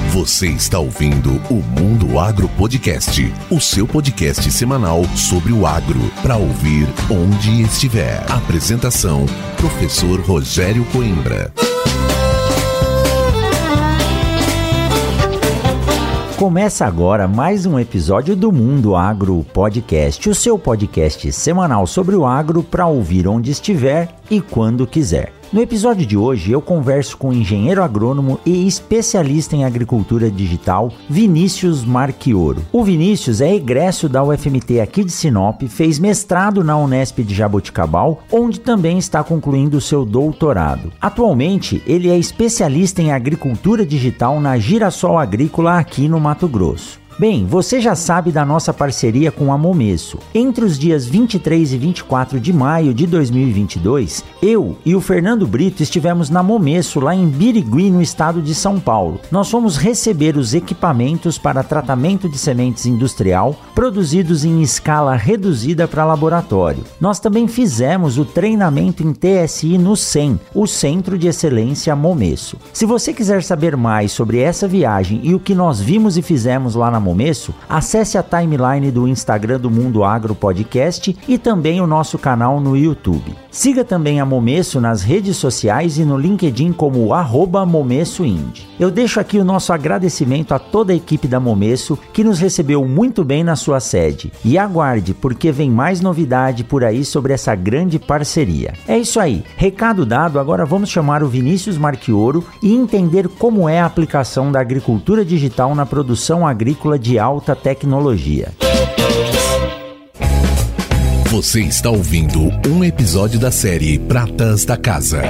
Você está ouvindo o Mundo Agro Podcast, o seu podcast semanal sobre o agro, para ouvir onde estiver. Apresentação, professor Rogério Coimbra. Começa agora mais um episódio do Mundo Agro Podcast, o seu podcast semanal sobre o agro para ouvir onde estiver e quando quiser. No episódio de hoje eu converso com o engenheiro agrônomo e especialista em agricultura digital, Vinícius Marchioro. O Vinícius é egresso da UFMT aqui de Sinop, fez mestrado na Unesp de Jaboticabal, onde também está concluindo o seu doutorado. Atualmente ele é especialista em agricultura digital na Girassol Agrícola aqui no Mato Grosso. Bem, você já sabe da nossa parceria com a Momesso. Entre os dias 23 e 24 de maio de 2022, eu e o Fernando Brito estivemos na Momesso, lá em Birigui, no estado de São Paulo. Nós fomos receber os equipamentos para tratamento de sementes industrial, produzidos em escala reduzida para laboratório. Nós também fizemos o treinamento em TSI no CEM, o Centro de Excelência Momesso. Se você quiser saber mais sobre essa viagem e o que nós vimos e fizemos lá na Momesso, acesse a timeline do Instagram do Mundo Agro Podcast e também o nosso canal no YouTube. Siga também a Momesso nas redes sociais e no LinkedIn como @MomessoInd. Eu deixo aqui o nosso agradecimento a toda a equipe da Momesso que nos recebeu muito bem na sua sede. E aguarde, porque vem mais novidade por aí sobre essa grande parceria. É isso aí, recado dado, agora vamos chamar o Vinícius Marchioro e entender como é a aplicação da agricultura digital na produção agrícola de alta tecnologia. Você está ouvindo um episódio da série Pratas da Casa.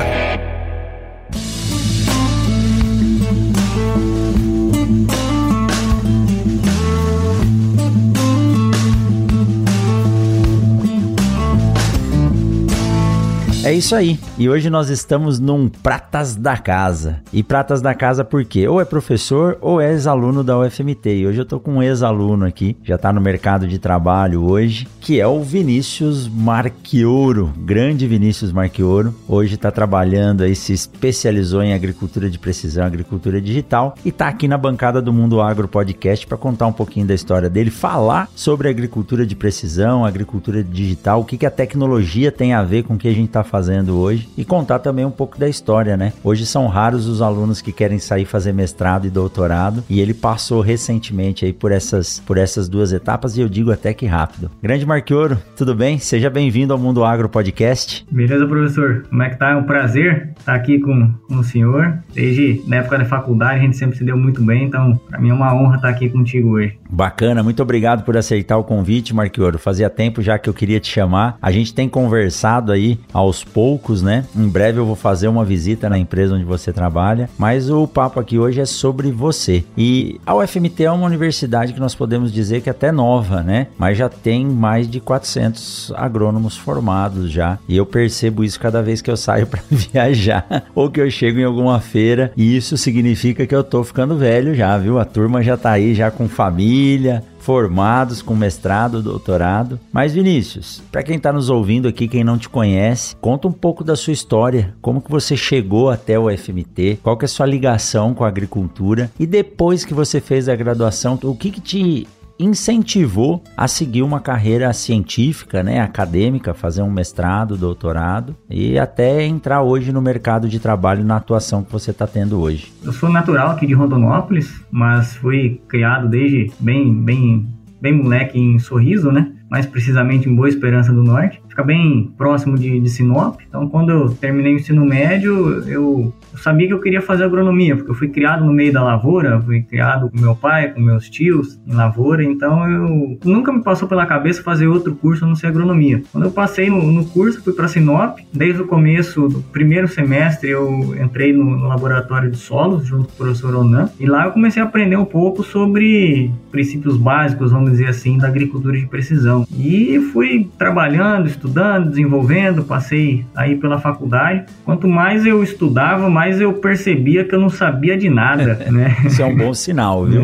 É isso aí, e hoje nós estamos num Pratas da Casa. E Pratas da Casa por quê? Ou é professor ou é ex-aluno da UFMT. E hoje eu tô com um ex-aluno aqui, já tá no mercado de trabalho hoje, que é o Vinícius Marchioro, grande Vinícius Marchioro. Hoje tá trabalhando aí, se especializou em agricultura de precisão, agricultura digital, e tá aqui na bancada do Mundo Agro Podcast para contar um pouquinho da história dele, falar sobre agricultura de precisão, agricultura digital, o que a tecnologia tem a ver com o que a gente tá fazendo hoje e contar também um pouco da história, né? Hoje são raros os alunos que querem sair fazer mestrado e doutorado, e ele passou recentemente aí por essas duas etapas, e eu digo até que rápido. Grande Marchioro, tudo bem? Seja bem-vindo ao Mundo Agro Podcast. Beleza, professor? Como é que tá? É um prazer estar aqui com o senhor. Desde na época da faculdade a gente sempre se deu muito bem, então para mim é uma honra estar aqui contigo hoje. Bacana, muito obrigado por aceitar o convite, Marchioro. Fazia tempo já que eu queria te chamar. A gente tem conversado aí aos poucos, né? Em breve eu vou fazer uma visita na empresa onde você trabalha, mas o papo aqui hoje é sobre você. E a UFMT é uma universidade que nós podemos dizer que é até nova, né? Mas já tem mais de 400 agrônomos formados já, e eu percebo isso cada vez que eu saio para viajar ou que eu chego em alguma feira, e isso significa que eu tô ficando velho já, viu? A turma já tá aí já com família, formados com mestrado, doutorado. Mas Vinícius, para quem está nos ouvindo aqui, quem não te conhece, conta um pouco da sua história, como que você chegou até o UFMT, qual que é a sua ligação com a agricultura, e depois que você fez a graduação, o que te incentivou a seguir uma carreira científica, né, acadêmica, fazer um mestrado, doutorado e até entrar hoje no mercado de trabalho na atuação que você está tendo hoje. Eu sou natural aqui de Rondonópolis, mas fui criado desde bem moleque em Sorriso, né? Mais precisamente em Boa Esperança do Norte. Fica bem próximo de Sinop. Então, quando eu terminei o ensino médio, eu sabia que eu queria fazer agronomia, porque eu fui criado no meio da lavoura, fui criado com meu pai, com meus tios em lavoura, então eu nunca me passou pela cabeça fazer outro curso a não ser agronomia. Quando eu passei no curso, fui para Sinop, desde o começo do primeiro semestre eu entrei no laboratório de solos, junto com o professor Onan, e lá eu comecei a aprender um pouco sobre princípios básicos, vamos dizer assim, da agricultura de precisão. E fui trabalhando, estudando, desenvolvendo, passei aí pela faculdade. Quanto mais eu estudava, mais eu percebia que eu não sabia de nada, né? Isso é um bom sinal, viu?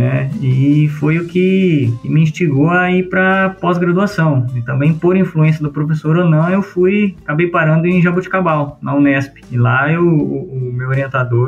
E foi o que me instigou a ir para pós-graduação. E também por influência do professor Onan, eu acabei parando em Jaboticabal, na Unesp. E lá o meu orientador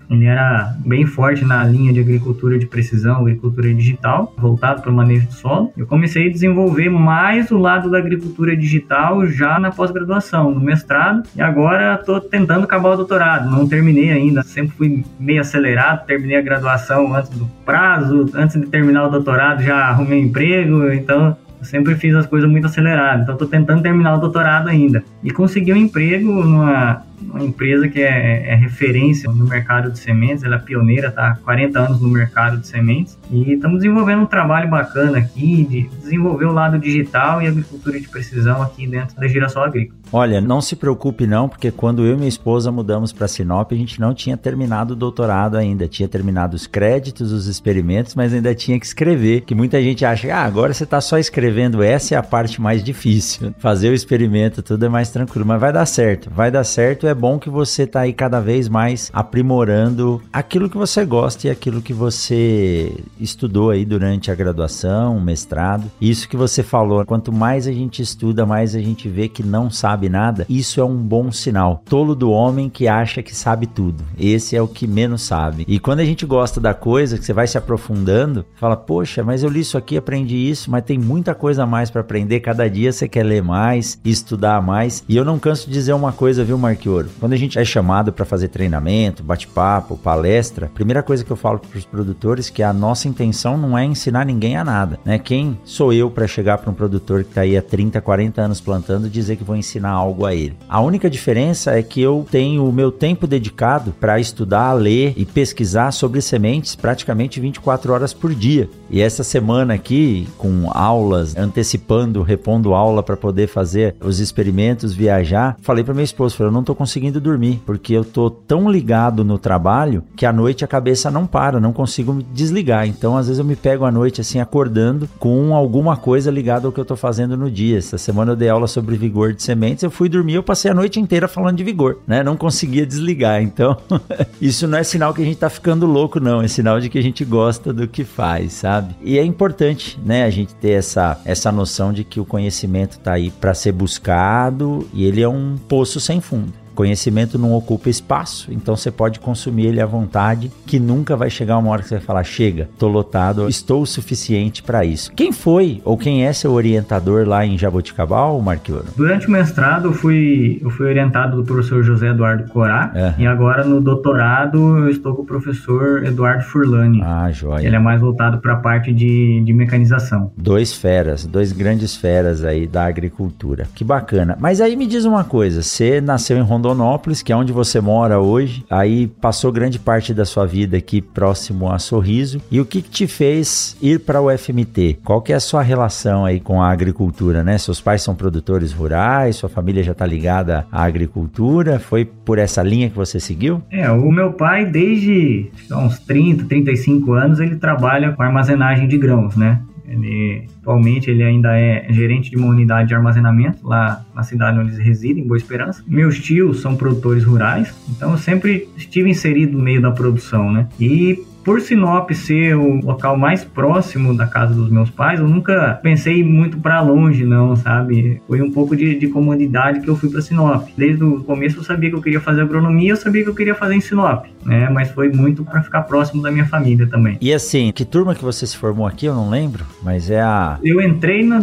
ele era bem forte na linha de agricultura de precisão, agricultura digital, voltado para o manejo do solo. Eu comecei a desenvolver mais o lado da agricultura digital já na pós-graduação, no mestrado, e agora estou tentando acabar o doutorado. Não terminei ainda, sempre fui meio acelerado, terminei a graduação antes do prazo, antes de terminar o doutorado já arrumei um emprego, então eu sempre fiz as coisas muito aceleradas. Então estou tentando terminar o doutorado ainda. E consegui um emprego numa empresa que é referência no mercado de sementes, ela é pioneira, está há 40 anos no mercado de sementes, e estamos desenvolvendo um trabalho bacana aqui de desenvolver o lado digital e agricultura de precisão aqui dentro da Girassol Agrícola. Olha, não se preocupe não, porque quando eu e minha esposa mudamos para Sinop, a gente não tinha terminado o doutorado ainda, tinha terminado os créditos, os experimentos, mas ainda tinha que escrever, que muita gente acha, agora você está só escrevendo, essa é a parte mais difícil, fazer o experimento, tudo é mais tranquilo, mas vai dar certo, é bom que você está aí cada vez mais aprimorando aquilo que você gosta e aquilo que você estudou aí durante a graduação, o mestrado. Isso que você falou, quanto mais a gente estuda, mais a gente vê que não sabe nada, isso é um bom sinal. Tolo do homem que acha que sabe tudo. Esse é o que menos sabe. E quando a gente gosta da coisa, que você vai se aprofundando, fala, poxa, mas eu li isso aqui, aprendi isso, mas tem muita coisa a mais para aprender. Cada dia você quer ler mais, estudar mais. E eu não canso de dizer uma coisa, viu, Marchioro? Quando a gente é chamado para fazer treinamento, bate-papo, palestra, a primeira coisa que eu falo para os produtores é que a nossa intenção não é ensinar ninguém a nada, né? Quem sou eu para chegar para um produtor que está aí há 30, 40 anos plantando e dizer que vou ensinar algo a ele? A única diferença é que eu tenho o meu tempo dedicado para estudar, ler e pesquisar sobre sementes praticamente 24 horas por dia. E essa semana aqui, com aulas, antecipando, repondo aula para poder fazer os experimentos, viajar, falei para minha esposa, eu não estou conseguindo dormir, porque eu tô tão ligado no trabalho que à noite a cabeça não para, não consigo me desligar. Então, às vezes eu me pego à noite assim, acordando com alguma coisa ligada ao que eu tô fazendo no dia. Essa semana eu dei aula sobre vigor de sementes, eu fui dormir, eu passei a noite inteira falando de vigor, né? Não conseguia desligar. Então, isso não é sinal que a gente tá ficando louco, não. É sinal de que a gente gosta do que faz, sabe? E é importante, né, a gente ter essa noção de que o conhecimento tá aí para ser buscado e ele é um poço sem fundo. Conhecimento não ocupa espaço, então você pode consumir ele à vontade, que nunca vai chegar uma hora que você vai falar, chega, tô lotado, estou o suficiente para isso. Quem foi ou quem é seu orientador lá em Jaboticabal, Marchioro? Durante o mestrado eu fui orientado do professor José Eduardo Corá, e agora no doutorado eu estou com o professor Eduardo Furlani. Ah, joia. Ele é mais voltado para a parte de mecanização. Dois grandes feras aí da agricultura. Que bacana. Mas aí me diz uma coisa, você nasceu em Rondonópolis, que é onde você mora hoje, aí passou grande parte da sua vida aqui próximo a Sorriso, e o que te fez ir para o FMT? Qual que é a sua relação aí com a agricultura, né? Seus pais são produtores rurais, sua família já está ligada à agricultura, foi por essa linha que você seguiu? O meu pai, desde uns 30, 35 anos, ele trabalha com armazenagem de grãos, né? Atualmente ele ainda é gerente de uma unidade de armazenamento lá na cidade onde eles residem, em Boa Esperança. Meus tios são produtores rurais, então eu sempre estive inserido no meio da produção, né? E por Sinop ser o local mais próximo da casa dos meus pais, eu nunca pensei muito para longe, não, sabe? Foi um pouco de comodidade que eu fui para Sinop. Desde o começo eu sabia que eu queria fazer agronomia, eu sabia que eu queria fazer em Sinop, né? Mas foi muito para ficar próximo da minha família também. E assim, que turma que você se formou aqui? Eu não lembro, mas é a... Eu entrei na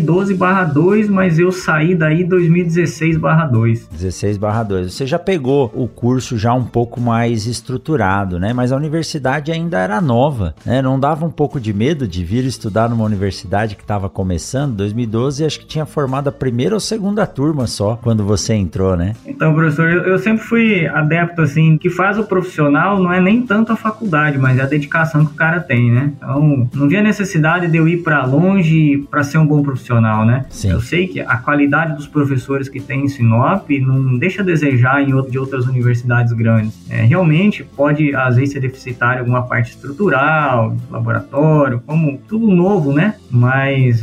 2012/2, mas eu saí daí 2016/2. 16/2. Você já pegou o curso já um pouco mais estruturado, né? Mas a universidade ainda era nova, né? Não dava um pouco de medo de vir estudar numa universidade que estava começando? 2012, acho que tinha formado a primeira ou segunda turma só, quando você entrou, né? Então, professor, eu sempre fui adepto, assim, que faz o profissional não é nem tanto a faculdade, mas é a dedicação que o cara tem, né? Então, não via necessidade de eu ir para longe para ser um bom profissional, né? Sim. Eu sei que a qualidade dos professores que tem em Sinop não deixa a desejar de outras universidades grandes. Realmente pode, às vezes, ser deficitário alguma parte estrutural, laboratório, como tudo novo, né? Mas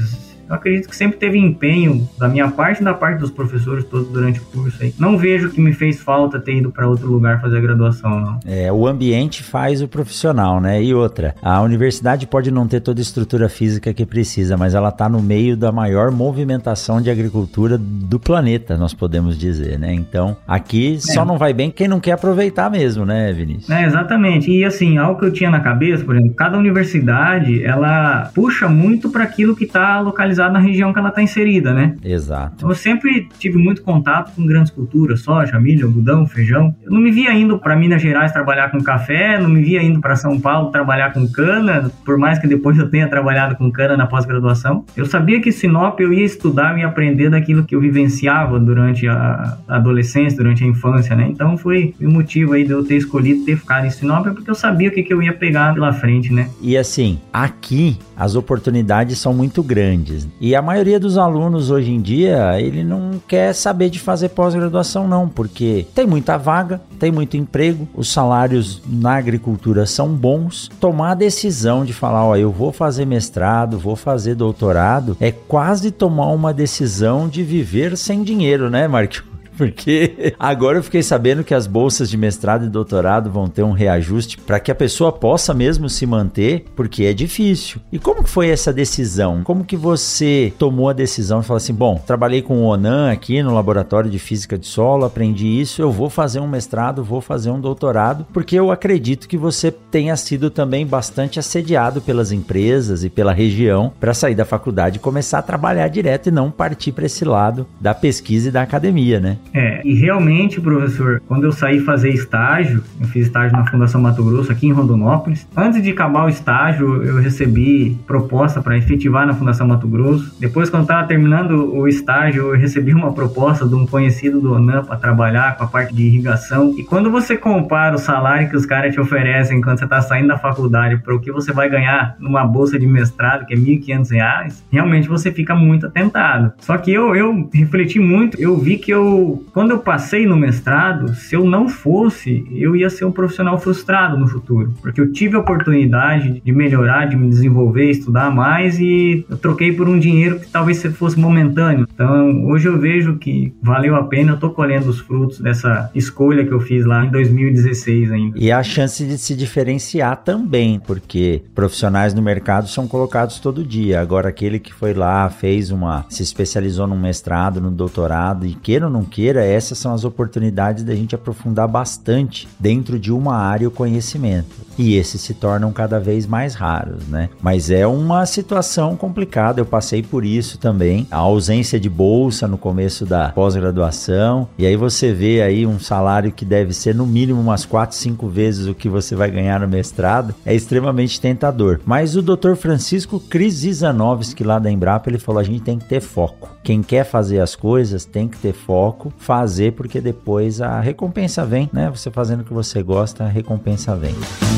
Eu acredito que sempre teve empenho da minha parte e da parte dos professores todos durante o curso aí. Não vejo que me fez falta ter ido para outro lugar fazer a graduação, não. O ambiente faz o profissional, né? E outra, a universidade pode não ter toda a estrutura física que precisa, mas ela está no meio da maior movimentação de agricultura do planeta, nós podemos dizer, né? Então, aqui só não vai bem quem não quer aproveitar mesmo, né, Vinícius? Exatamente. E assim, algo que eu tinha na cabeça, por exemplo, cada universidade, ela puxa muito para aquilo que está localizado na região que ela está inserida, né? Exato. Eu sempre tive muito contato com grandes culturas, soja, milho, algodão, feijão. Eu não me via indo para Minas Gerais trabalhar com café, não me via indo para São Paulo trabalhar com cana, por mais que depois eu tenha trabalhado com cana na pós-graduação. Eu sabia que Sinop eu ia estudar e aprender daquilo que eu vivenciava durante a adolescência, durante a infância, né? Então foi o motivo aí de eu ter escolhido ter ficado em Sinop, porque eu sabia o que eu ia pegar pela frente, né? E assim, aqui as oportunidades são muito grandes. E a maioria dos alunos hoje em dia, ele não quer saber de fazer pós-graduação não, porque tem muita vaga, tem muito emprego, os salários na agricultura são bons. Tomar a decisão de falar, eu vou fazer mestrado, vou fazer doutorado, é quase tomar uma decisão de viver sem dinheiro, né, Marquinhos? Porque agora eu fiquei sabendo que as bolsas de mestrado e doutorado vão ter um reajuste para que a pessoa possa mesmo se manter, porque é difícil. E como que foi essa decisão? Como que você tomou a decisão de falar assim, bom, trabalhei com o ONAM aqui no Laboratório de Física de Solo, aprendi isso, eu vou fazer um mestrado, vou fazer um doutorado, porque eu acredito que você tenha sido também bastante assediado pelas empresas e pela região para sair da faculdade e começar a trabalhar direto e não partir para esse lado da pesquisa e da academia, né? E realmente, professor, quando eu saí fazer estágio, eu fiz estágio na Fundação Mato Grosso, aqui em Rondonópolis. Antes de acabar o estágio, eu recebi proposta para efetivar na Fundação Mato Grosso. Depois, quando estava terminando o estágio, eu recebi uma proposta de um conhecido do ONAM para trabalhar com a parte de irrigação. E quando você compara o salário que os caras te oferecem quando você está saindo da faculdade para o que você vai ganhar numa bolsa de mestrado, que é R$ 1.500, realmente você fica muito atentado. Só que eu refleti muito, eu vi que quando eu passei no mestrado, se eu não fosse, eu ia ser um profissional frustrado no futuro, porque eu tive a oportunidade de melhorar, de me desenvolver, estudar mais, e eu troquei por um dinheiro que talvez fosse momentâneo. Então, hoje eu vejo que valeu a pena, eu tô colhendo os frutos dessa escolha que eu fiz lá em 2016 ainda. E a chance de se diferenciar também, porque profissionais no mercado são colocados todo dia. Agora, aquele que foi lá, se especializou num mestrado, num doutorado, e queira ou não queira, essas são as oportunidades da gente aprofundar bastante dentro de uma área o conhecimento. E esses se tornam cada vez mais raros, né? Mas é uma situação complicada, eu passei por isso também. A ausência de bolsa no começo da pós-graduação, e aí você vê aí um salário que deve ser no mínimo umas 4, 5 vezes o que você vai ganhar no mestrado, é extremamente tentador. Mas o Dr. Francisco Krzyzanowski lá da Embrapa, ele falou, a gente tem que ter foco. Quem quer fazer as coisas tem que ter foco, fazer, porque depois a recompensa vem, né? Você fazendo o que você gosta, a recompensa vem.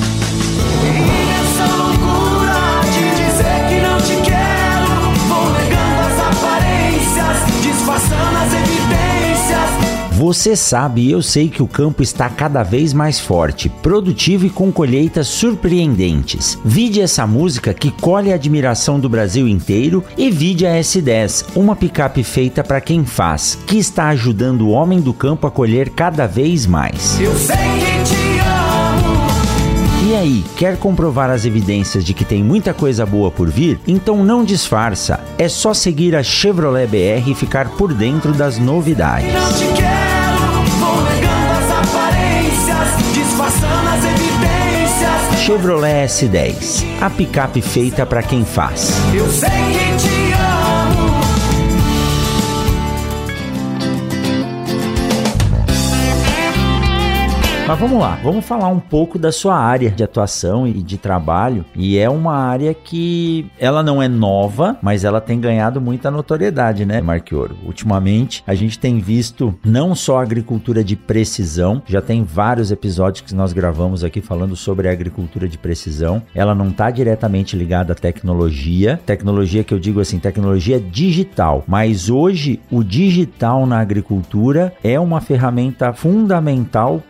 Essa loucura de dizer que não te quero, vou negando as aparências, disfarçando as evidências. Você sabe e eu sei que o campo está cada vez mais forte, produtivo e com colheitas surpreendentes. Vide essa música que colhe a admiração do Brasil inteiro e vide a S10, uma picape feita para quem faz, que está ajudando o homem do campo a colher cada vez mais. Eu sei que te amo. E aí, quer comprovar as evidências de que tem muita coisa boa por vir? Então não disfarça, é só seguir a Chevrolet BR e ficar por dentro das novidades. Não te quero, vou negando as aparências, disfarçando as evidências. Chevrolet S10, a picape feita para quem faz. Eu sei que te amo. Mas vamos lá, vamos falar um pouco da sua área de atuação e de trabalho. E é uma área que ela não é nova, mas ela tem ganhado muita notoriedade, né, Marchioro? Ultimamente, a gente tem visto não só agricultura de precisão, já tem vários episódios que nós gravamos aqui falando sobre a agricultura de precisão. Ela não está diretamente ligada à tecnologia que eu digo assim, tecnologia digital. Mas hoje, o digital na agricultura é uma ferramenta fundamental para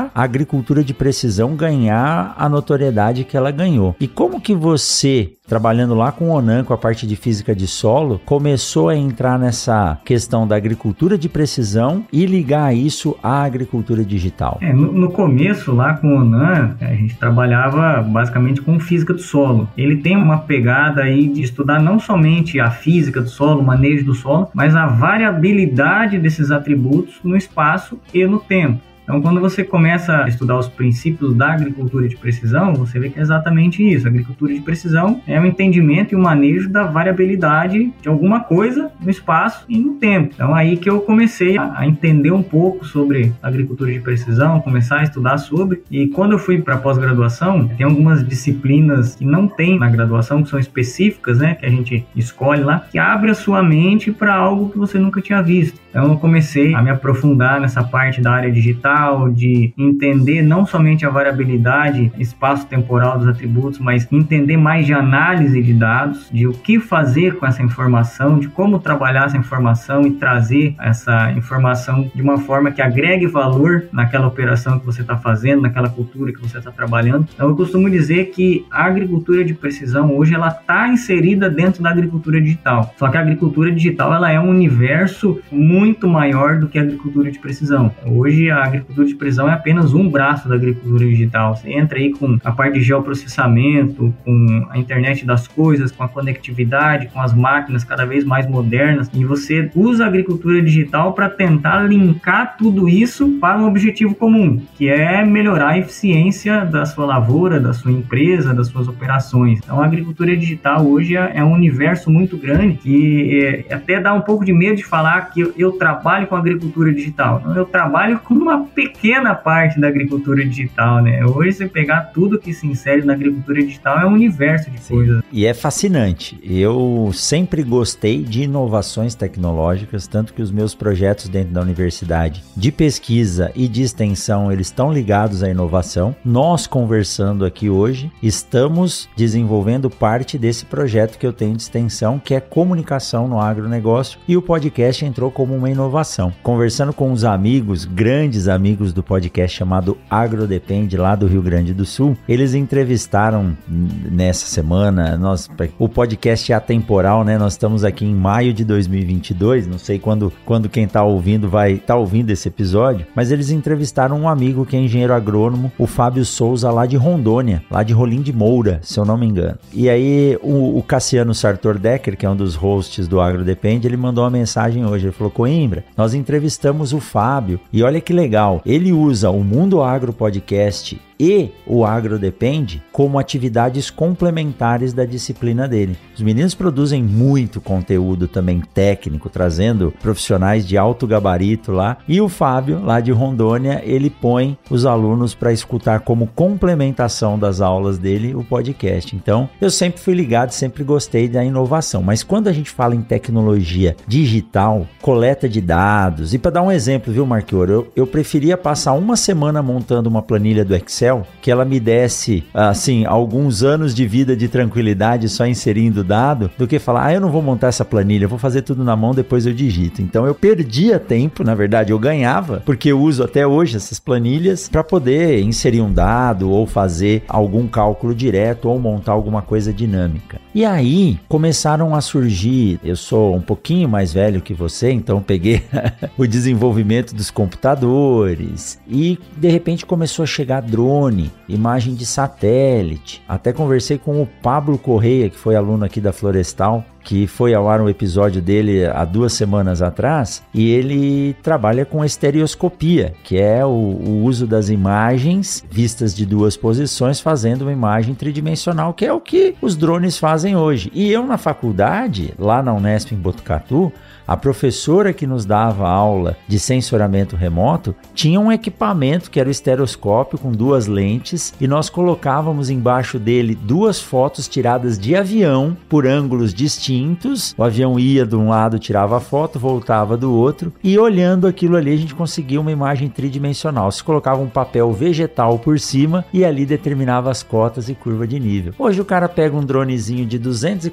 para a agricultura de precisão ganhar a notoriedade que ela ganhou. E como que você, trabalhando lá com o Onan, com a parte de física de solo, começou a entrar nessa questão da agricultura de precisão e ligar isso à agricultura digital? No começo, lá com o Onan, a gente trabalhava basicamente com física do solo. Ele tem uma pegada aí de estudar não somente a física do solo, o manejo do solo, mas a variabilidade desses atributos no espaço e no tempo. Então, quando você começa a estudar os princípios da agricultura de precisão, você vê que é exatamente isso. A agricultura de precisão é o entendimento e o manejo da variabilidade de alguma coisa no espaço e no tempo. Então, aí que eu comecei a entender um pouco sobre a agricultura de precisão, começar a estudar sobre. E quando eu fui para a pós-graduação, tem algumas disciplinas que não tem na graduação, que são específicas, né, que a gente escolhe lá, que abre a sua mente para algo que você nunca tinha visto. Então, eu comecei a me aprofundar nessa parte da área digital, de entender não somente a variabilidade espaço-temporal dos atributos, mas entender mais de análise de dados, de o que fazer com essa informação, de como trabalhar essa informação e trazer essa informação de uma forma que agregue valor naquela operação que você está fazendo, naquela cultura que você está trabalhando. Então, eu costumo dizer que a agricultura de precisão hoje ela está inserida dentro da agricultura digital. Só que a agricultura digital ela é um universo muito maior do que a agricultura de precisão. Hoje a agricultura de precisão é apenas um braço da agricultura digital. Você entra aí com a parte de geoprocessamento, com a internet das coisas, com a conectividade, com as máquinas cada vez mais modernas, e você usa a agricultura digital para tentar linkar tudo isso para um objetivo comum, que é melhorar a eficiência da sua lavoura, da sua empresa, das suas operações. Então a agricultura digital hoje é um universo muito grande e até dá um pouco de medo de falar que eu trabalho com agricultura digital. Eu trabalho com uma pequena parte da agricultura digital, né? Hoje, você pegar tudo que se insere na agricultura digital é um universo de coisas. E é fascinante. Eu sempre gostei de inovações tecnológicas, tanto que os meus projetos dentro da universidade de pesquisa e de extensão, eles estão ligados à inovação. Nós, conversando aqui hoje, estamos desenvolvendo parte desse projeto que eu tenho de extensão, que é comunicação no agronegócio, e o podcast entrou como uma inovação. Conversando com os amigos, grandes amigos do podcast chamado AgroDepende, lá do Rio Grande do Sul, eles entrevistaram nessa semana, o podcast é atemporal, né? Nós estamos aqui em maio de 2022, não sei quando quem está ouvindo vai estar ouvindo esse episódio, mas eles entrevistaram um amigo que é engenheiro agrônomo, o Fábio Souza, lá de Rondônia, lá de Rolim de Moura, se eu não me engano. E aí o Cassiano Sartor Decker, que é um dos hosts do AgroDepende, ele mandou uma mensagem hoje, ele falou: Coimbra, nós entrevistamos o Fábio e olha que legal, ele usa o Mundo Agro Podcast e o AgroDepende como atividades complementares da disciplina dele. Os meninos produzem muito conteúdo também técnico, trazendo profissionais de alto gabarito lá, e o Fábio, lá de Rondônia, ele põe os alunos para escutar como complementação das aulas dele o podcast. Então, eu sempre fui ligado, sempre gostei da inovação, mas quando a gente fala em tecnologia digital, coleta de dados, e para dar um exemplo, viu, Marchioro, eu preferia passar uma semana montando uma planilha do Excel, que ela me desse, assim, alguns anos de vida de tranquilidade só inserindo dado, do que falar, eu não vou montar essa planilha, eu vou fazer tudo na mão, depois eu digito. Então eu perdia tempo, na verdade eu ganhava, porque eu uso até hoje essas planilhas para poder inserir um dado ou fazer algum cálculo direto ou montar alguma coisa dinâmica. E aí começaram a surgir, eu sou um pouquinho mais velho que você, então peguei o desenvolvimento dos computadores e de repente começou a chegar drone, imagem de satélite. Até conversei com o Pablo Correia, que foi aluno aqui da Florestal, que foi ao ar um episódio dele há 2 semanas atrás, e ele trabalha com estereoscopia, que é o uso das imagens vistas de 2 posições, fazendo uma imagem tridimensional, que é o que os drones fazem hoje. E eu na faculdade, lá na Unesp em Botucatu, a professora que nos dava aula de sensoramento remoto tinha um equipamento que era o estereoscópio com 2 lentes, e nós colocávamos embaixo dele 2 fotos tiradas de avião por ângulos distintos distintos, o avião ia de um lado, tirava a foto, voltava do outro, e olhando aquilo ali a gente conseguia uma imagem tridimensional. Se colocava um papel vegetal por cima e ali determinava as cotas e curva de nível. Hoje o cara pega um dronezinho de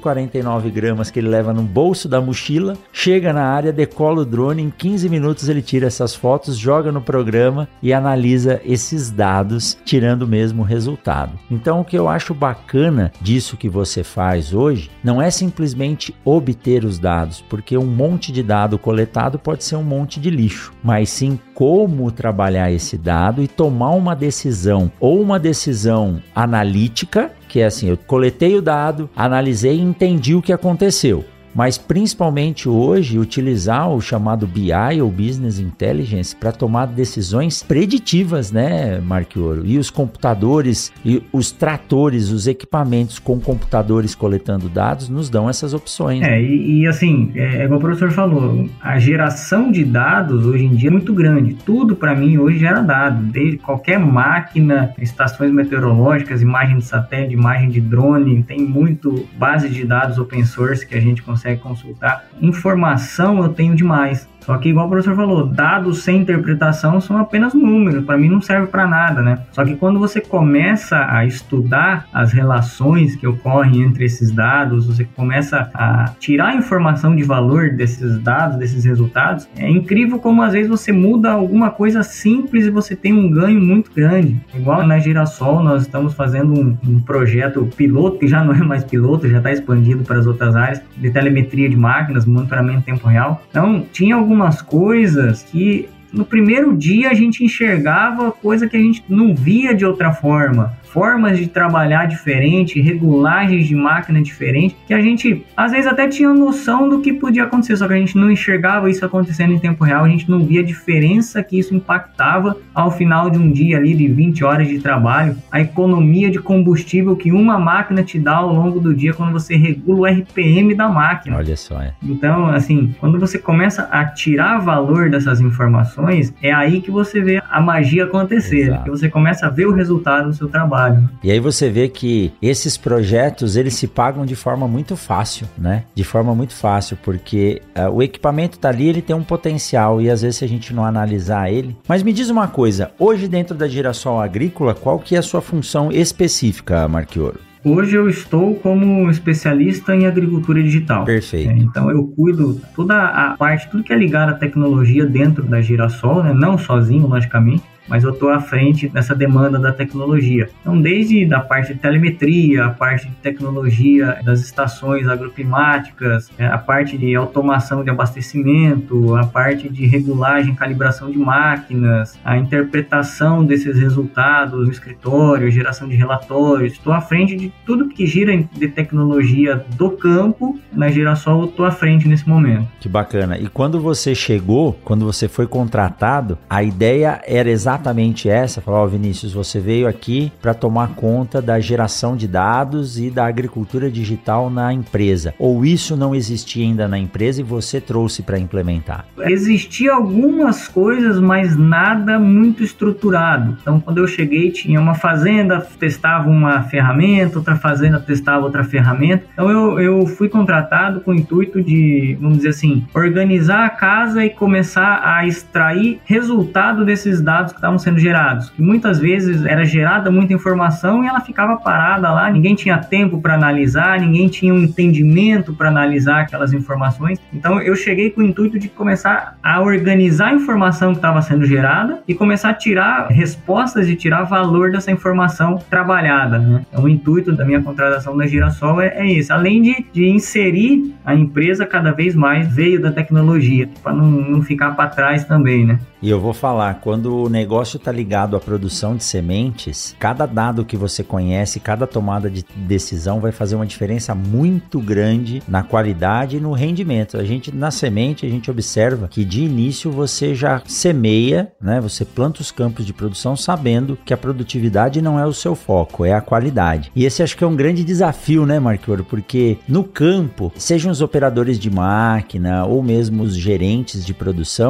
249 gramas que ele leva no bolso da mochila, chega na área, decola o drone, em 15 minutos ele tira essas fotos, joga no programa e analisa esses dados, tirando o mesmo resultado. Então o que eu acho bacana disso que você faz hoje não é simplesmente obter os dados, porque um monte de dado coletado pode ser um monte de lixo, mas sim como trabalhar esse dado e tomar uma decisão, ou uma decisão analítica, que é assim, eu coletei o dado, analisei e entendi o que aconteceu. Mas principalmente hoje utilizar o chamado BI ou Business Intelligence para tomar decisões preditivas, né, Marchioro? E os computadores e os tratores, os equipamentos com computadores coletando dados nos dão essas opções. Assim, igual o professor falou, a geração de dados hoje em dia é muito grande. Tudo para mim hoje gera dado, desde qualquer máquina, estações meteorológicas, imagem de satélite, imagem de drone, tem muito base de dados open source que a gente consegue consultar. Informação eu tenho demais. Só que, igual o professor falou, dados sem interpretação são apenas números, para mim não serve para nada, né? Só que quando você começa a estudar as relações que ocorrem entre esses dados, você começa a tirar a informação de valor desses dados, desses resultados, é incrível como às vezes você muda alguma coisa simples e você tem um ganho muito grande. Igual na Girassol, nós estamos fazendo um projeto piloto, que já não é mais piloto, já está expandido para as outras áreas, de telemetria de máquinas, monitoramento em tempo real. Então, tinha algumas coisas que no primeiro dia a gente enxergava coisa que a gente não via de outra forma. Formas de trabalhar diferente, regulagens de máquina diferente, que a gente às vezes até tinha noção do que podia acontecer, só que a gente não enxergava isso acontecendo em tempo real, a gente não via a diferença que isso impactava ao final de um dia ali de 20 horas de trabalho, a economia de combustível que uma máquina te dá ao longo do dia quando você regula o RPM da máquina. Olha só, Então, assim, quando você começa a tirar valor dessas informações, é aí que você vê a magia acontecer, que você começa a ver o resultado do seu trabalho. E aí você vê que esses projetos, eles se pagam de forma muito fácil, né? De forma muito fácil, porque o equipamento tá ali, ele tem um potencial e às vezes se a gente não analisar ele... Mas me diz uma coisa, hoje dentro da Girassol Agrícola, qual que é a sua função específica, Marchioro? Hoje eu estou como especialista em agricultura digital. Perfeito. Então eu cuido toda a parte, tudo que é ligado à tecnologia dentro da Girassol, né? Não sozinho, logicamente, mas eu estou à frente dessa demanda da tecnologia. Então, desde a parte de telemetria, a parte de tecnologia das estações agroclimáticas, a parte de automação de abastecimento, a parte de regulagem, calibração de máquinas, a interpretação desses resultados no escritório, geração de relatórios. Estou à frente de tudo que gira de tecnologia do campo. Na Girassol, eu estou à frente nesse momento. Que bacana. E quando você chegou, quando você foi contratado, a ideia era exatamente essa, falar, Vinícius, você veio aqui para tomar conta da geração de dados e da agricultura digital na empresa, ou isso não existia ainda na empresa e você trouxe para implementar? Existia algumas coisas, mas nada muito estruturado. Então, quando eu cheguei, tinha uma fazenda, testava uma ferramenta, outra fazenda testava outra ferramenta. Então, eu fui contratado com o intuito de, vamos dizer assim, organizar a casa e começar a extrair resultado desses dados que estavam sendo gerados, que muitas vezes era gerada muita informação e ela ficava parada lá, ninguém tinha tempo para analisar, ninguém tinha um entendimento para analisar aquelas informações. Então eu cheguei com o intuito de começar a organizar a informação que estava sendo gerada e começar a tirar respostas e tirar valor dessa informação trabalhada, né? Então o intuito da minha contratação da Girassol é esse, além de inserir a empresa cada vez mais veio da tecnologia, para não ficar para trás também, né? E eu vou falar, quando o negócio está ligado à produção de sementes, cada dado que você conhece, cada tomada de decisão vai fazer uma diferença muito grande na qualidade e no rendimento. Na semente, a gente observa que de início você já semeia, né? Você planta os campos de produção sabendo que a produtividade não é o seu foco, é a qualidade. E esse acho que é um grande desafio, né, Marchioro? Porque no campo, sejam os operadores de máquina ou mesmo os gerentes de produção,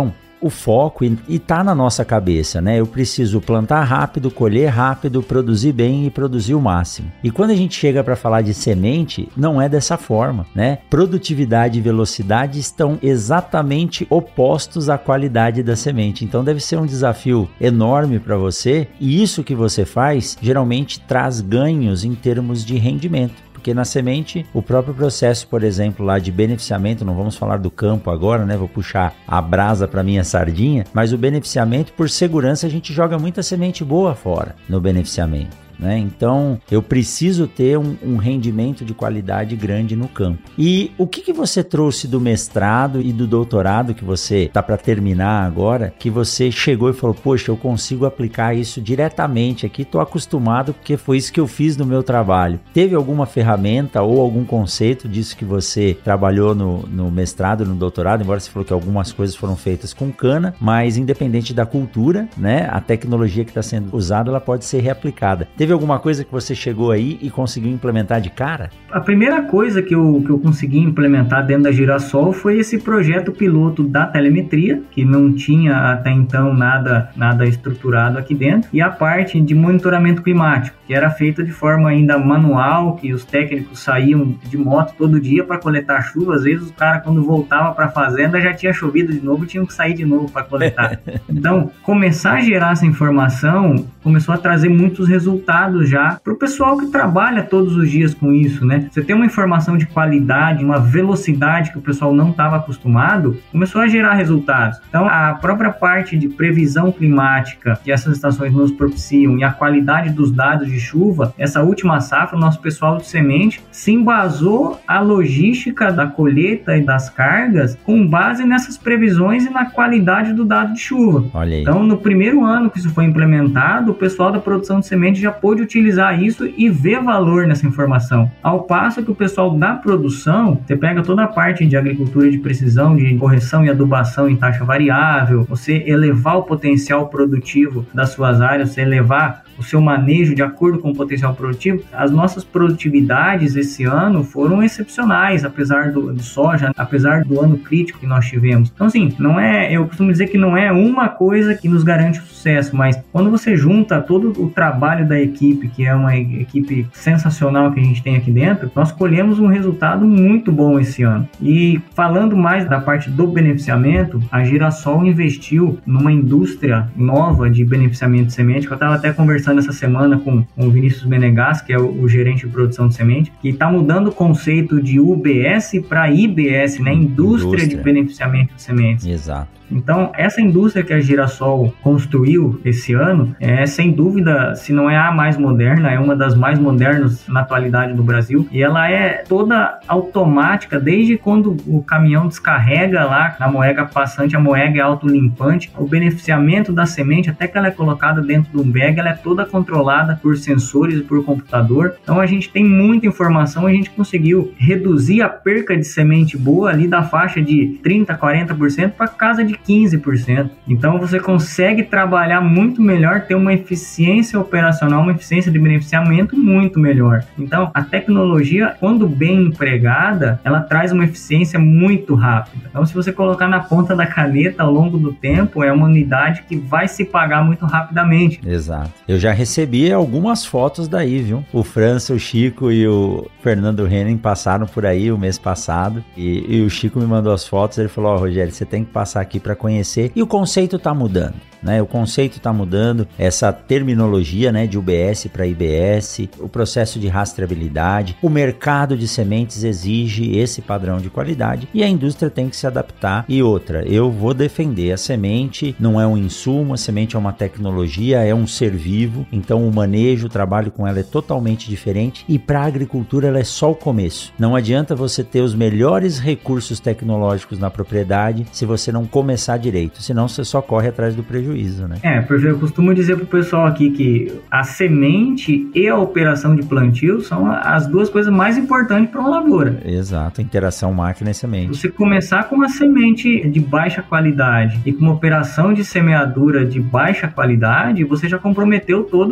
o foco e tá na nossa cabeça, né? Eu preciso plantar rápido, colher rápido, produzir bem e produzir o máximo. E quando a gente chega para falar de semente, não é dessa forma, né? Produtividade e velocidade estão exatamente opostos à qualidade da semente. Então deve ser um desafio enorme para você, e isso que você faz geralmente traz ganhos em termos de rendimento. Porque na semente, o próprio processo, por exemplo, lá de beneficiamento, não vamos falar do campo agora, né? Vou puxar a brasa para minha sardinha, mas o beneficiamento, por segurança, a gente joga muita semente boa fora no beneficiamento. Né? Então, eu preciso ter um rendimento de qualidade grande no campo. E o que você trouxe do mestrado e do doutorado que você está para terminar agora, que você chegou e falou, poxa, eu consigo aplicar isso diretamente aqui, estou acostumado porque foi isso que eu fiz no meu trabalho. Teve alguma ferramenta ou algum conceito disso que você trabalhou no mestrado, no doutorado, embora você falou que algumas coisas foram feitas com cana, mas independente da cultura, né, a tecnologia que está sendo usada, ela pode ser reaplicada. Teve alguma coisa que você chegou aí e conseguiu implementar de cara? A primeira coisa que eu consegui implementar dentro da Girassol foi esse projeto piloto da telemetria, que não tinha até então nada estruturado aqui dentro, e a parte de monitoramento climático, que era feita de forma ainda manual, que os técnicos saíam de moto todo dia para coletar chuva. Às vezes o cara, quando voltava para a fazenda, já tinha chovido de novo e tinham que sair de novo para coletar. Então, começar a gerar essa informação começou a trazer muitos resultados já para o pessoal que trabalha todos os dias com isso, né? Você tem uma informação de qualidade, uma velocidade que o pessoal não estava acostumado, começou a gerar resultados. Então, a própria parte de previsão climática que essas estações nos propiciam e a qualidade dos dados de chuva, essa última safra, o nosso pessoal de semente se embasou a logística da colheita e das cargas com base nessas previsões e na qualidade do dado de chuva. Olha aí. Então, no primeiro ano que isso foi implementado, o pessoal da produção de semente já pôde utilizar isso e ver valor nessa informação. Ao passo que o pessoal da produção, você pega toda a parte de agricultura de precisão, de correção e adubação em taxa variável, você elevar o potencial produtivo das suas áreas, você elevar o seu manejo de acordo com o potencial produtivo. As nossas produtividades esse ano foram excepcionais, apesar do soja, apesar do ano crítico que nós tivemos. Então, assim, eu costumo dizer que não é uma coisa que nos garante o sucesso, mas quando você junta todo o trabalho da equipe, que é uma equipe sensacional que a gente tem aqui dentro, nós colhemos um resultado muito bom esse ano. E falando mais da parte do beneficiamento, a Girassol investiu numa indústria nova de beneficiamento de semente, que eu estava até conversando essa semana com o Vinícius Menegas, que é o gerente de produção de semente, que está mudando o conceito de UBS para IBS, né? Indústria de beneficiamento de sementes. Exato. Então, essa indústria que a Girassol construiu esse ano é, sem dúvida, se não é a mais moderna, é uma das mais modernas na atualidade do Brasil. E ela é toda automática, desde quando o caminhão descarrega lá na moega passante, a moega é autolimpante. O beneficiamento da semente, até que ela é colocada dentro do bag, ela é toda controlada por sensores e por computador. Então, a gente tem muita informação, a gente conseguiu reduzir a perca de semente boa ali da faixa de 30%, 40% para casa de 15%. Então você consegue trabalhar muito melhor, ter uma eficiência operacional, uma eficiência de beneficiamento muito melhor. Então a tecnologia, quando bem empregada, ela traz uma eficiência muito rápida. Então se você colocar na ponta da caneta ao longo do tempo, é uma unidade que vai se pagar muito rapidamente. Exato. Eu já recebi algumas fotos daí, viu? O França, o Chico e o Fernando Henning passaram por aí o mês passado e o Chico me mandou as fotos. Ele falou, Rogério, você tem que passar aqui para conhecer, e o conceito está mudando, né? O conceito está mudando, essa terminologia, né, de UBS para IBS, o processo de rastreabilidade, o mercado de sementes exige esse padrão de qualidade e a indústria tem que se adaptar. E outra, eu vou defender, a semente não é um insumo, a semente é uma tecnologia, é um ser vivo, então o manejo, o trabalho com ela é totalmente diferente, e para a agricultura ela é só o começo. Não adianta você ter os melhores recursos tecnológicos na propriedade se você não começar direito, senão você só corre atrás do prejuízo, né? Porque eu costumo dizer pro pessoal aqui que a semente e a operação de plantio são as duas coisas mais importantes para uma lavoura. Exato, interação máquina e semente. Você começar com uma semente de baixa qualidade e com uma operação de semeadura de baixa qualidade, você já comprometeu todo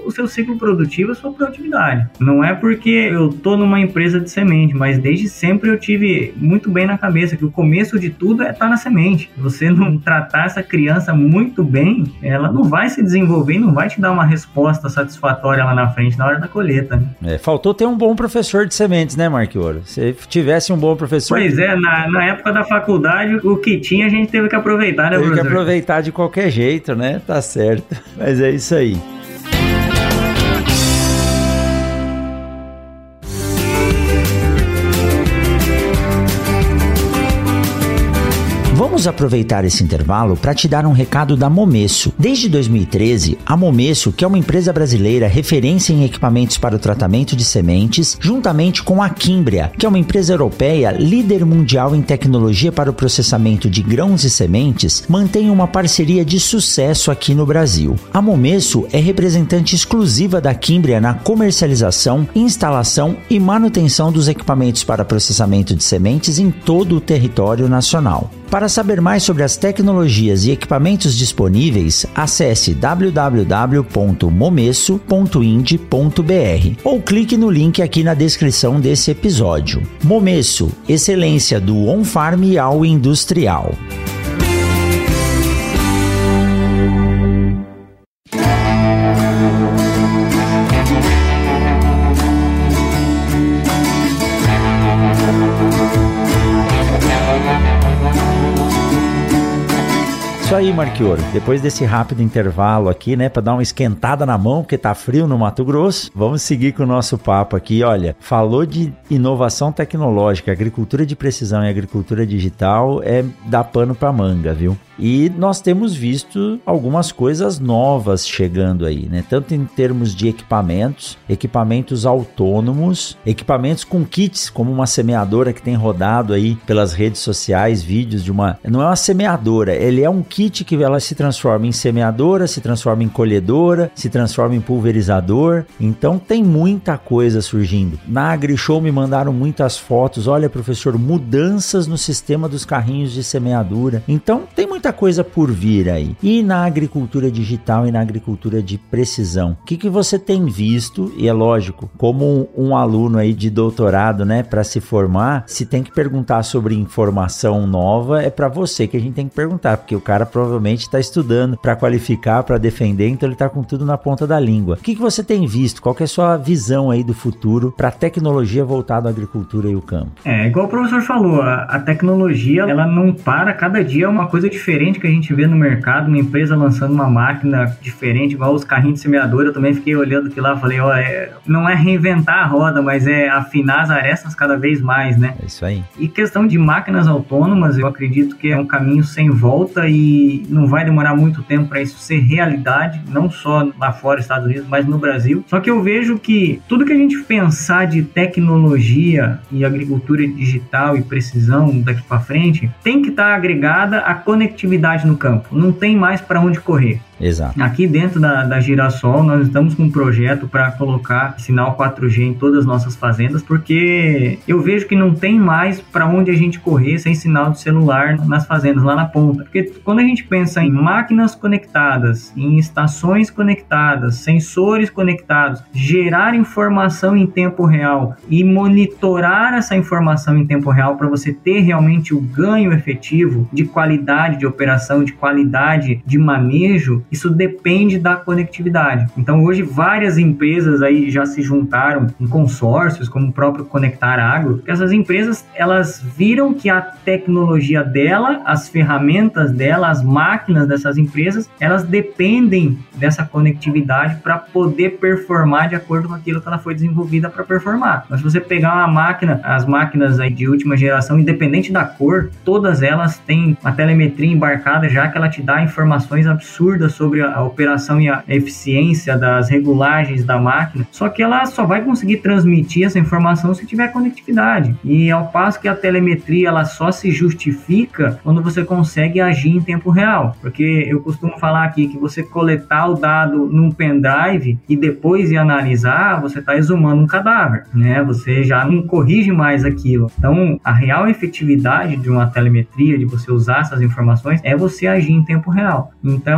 o seu ciclo produtivo, a sua produtividade. Não é porque eu tô numa empresa de semente, mas desde sempre eu tive muito bem na cabeça que o começo de tudo é estar na semente. Se você não tratar essa criança muito bem, ela não vai se desenvolver e não vai te dar uma resposta satisfatória lá na frente, na hora da colheita, né? Faltou ter um bom professor de sementes, né, Marchioro? Se tivesse um bom professor... Pois é, na época da faculdade, o que tinha a gente teve que aproveitar, né, professor? Teve que aproveitar de qualquer jeito, né? Tá certo. Mas é isso aí. Vamos aproveitar esse intervalo para te dar um recado da Momesso. Desde 2013, a Momesso, que é uma empresa brasileira referência em equipamentos para o tratamento de sementes, juntamente com a Quimbria, que é uma empresa europeia líder mundial em tecnologia para o processamento de grãos e sementes, mantém uma parceria de sucesso aqui no Brasil. A Momesso é representante exclusiva da Quimbria na comercialização, instalação e manutenção dos equipamentos para processamento de sementes em todo o território nacional. Para saber mais sobre as tecnologias e equipamentos disponíveis, acesse www.momesso.ind.br ou clique no link aqui na descrição desse episódio. Momesso, excelência do on-farm ao industrial. Isso aí, Marchioro. Depois desse rápido intervalo aqui, né, para dar uma esquentada na mão, porque tá frio no Mato Grosso, vamos seguir com o nosso papo aqui. Olha, falou de inovação tecnológica, agricultura de precisão e agricultura digital dá pano pra manga, viu? E nós temos visto algumas coisas novas chegando aí, né? Tanto em termos de equipamentos autônomos, equipamentos com kits, como uma semeadora que tem rodado aí pelas redes sociais, vídeos de uma... Não é uma semeadora, ele é um kit que ela se transforma em semeadora, se transforma em colhedora, se transforma em pulverizador. Então tem muita coisa surgindo. Na AgriShow me mandaram muitas fotos. Olha, professor, mudanças no sistema dos carrinhos de semeadura. Então tem muita coisa por vir aí. E na agricultura digital e na agricultura de precisão, o que você tem visto? E é lógico, como um aluno aí de doutorado, né, para se formar, se tem que perguntar sobre informação nova, é para você que a gente tem que perguntar, porque o cara provavelmente está estudando para qualificar, para defender, então ele está com tudo na ponta da língua. O que você tem visto? Qual que é a sua visão aí do futuro para a tecnologia voltada à agricultura e o campo? Igual o professor falou, a tecnologia, ela não para, cada dia é uma coisa diferente que a gente vê no mercado, uma empresa lançando uma máquina diferente, igual os carrinhos de semeador. Eu também fiquei olhando aquilo lá, falei, não é reinventar a roda, mas é afinar as arestas cada vez mais, né? É isso aí. E questão de máquinas autônomas, eu acredito que é um caminho sem volta e não vai demorar muito tempo para isso ser realidade, não só lá fora, Estados Unidos, mas no Brasil. Só que eu vejo que tudo que a gente pensar de tecnologia e agricultura digital e precisão daqui para frente, tem que estar agregada à conectividade no campo. Não tem mais para onde correr. Exato. Aqui dentro da Girassol, nós estamos com um projeto para colocar sinal 4G em todas as nossas fazendas, porque eu vejo que não tem mais para onde a gente correr sem sinal de celular nas fazendas, lá na ponta. Porque quando a gente pensa em máquinas conectadas, em estações conectadas, sensores conectados, gerar informação em tempo real e monitorar essa informação em tempo real para você ter realmente o ganho efetivo de qualidade de operação, de qualidade de manejo, isso depende da conectividade. Então hoje várias empresas aí já se juntaram em consórcios, como o próprio Conectar Agro, porque essas empresas, elas viram que a tecnologia dela, as ferramentas dela, as máquinas dessas empresas, elas dependem dessa conectividade para poder performar de acordo com aquilo que ela foi desenvolvida para performar. Mas se você pegar uma máquina, as máquinas aí de última geração, independente da cor, todas elas têm a telemetria embarcada já, que ela te dá informações absurdas sobre a operação e a eficiência das regulagens da máquina, só que ela só vai conseguir transmitir essa informação se tiver conectividade. E ao passo que a telemetria ela só se justifica quando você consegue agir em tempo real, porque eu costumo falar aqui que você coletar o dado num pendrive e depois ir analisar, você está exumando um cadáver, né? Você já não corrige mais aquilo. Então, a real efetividade de uma telemetria, de você usar essas informações, é você agir em tempo real. Então,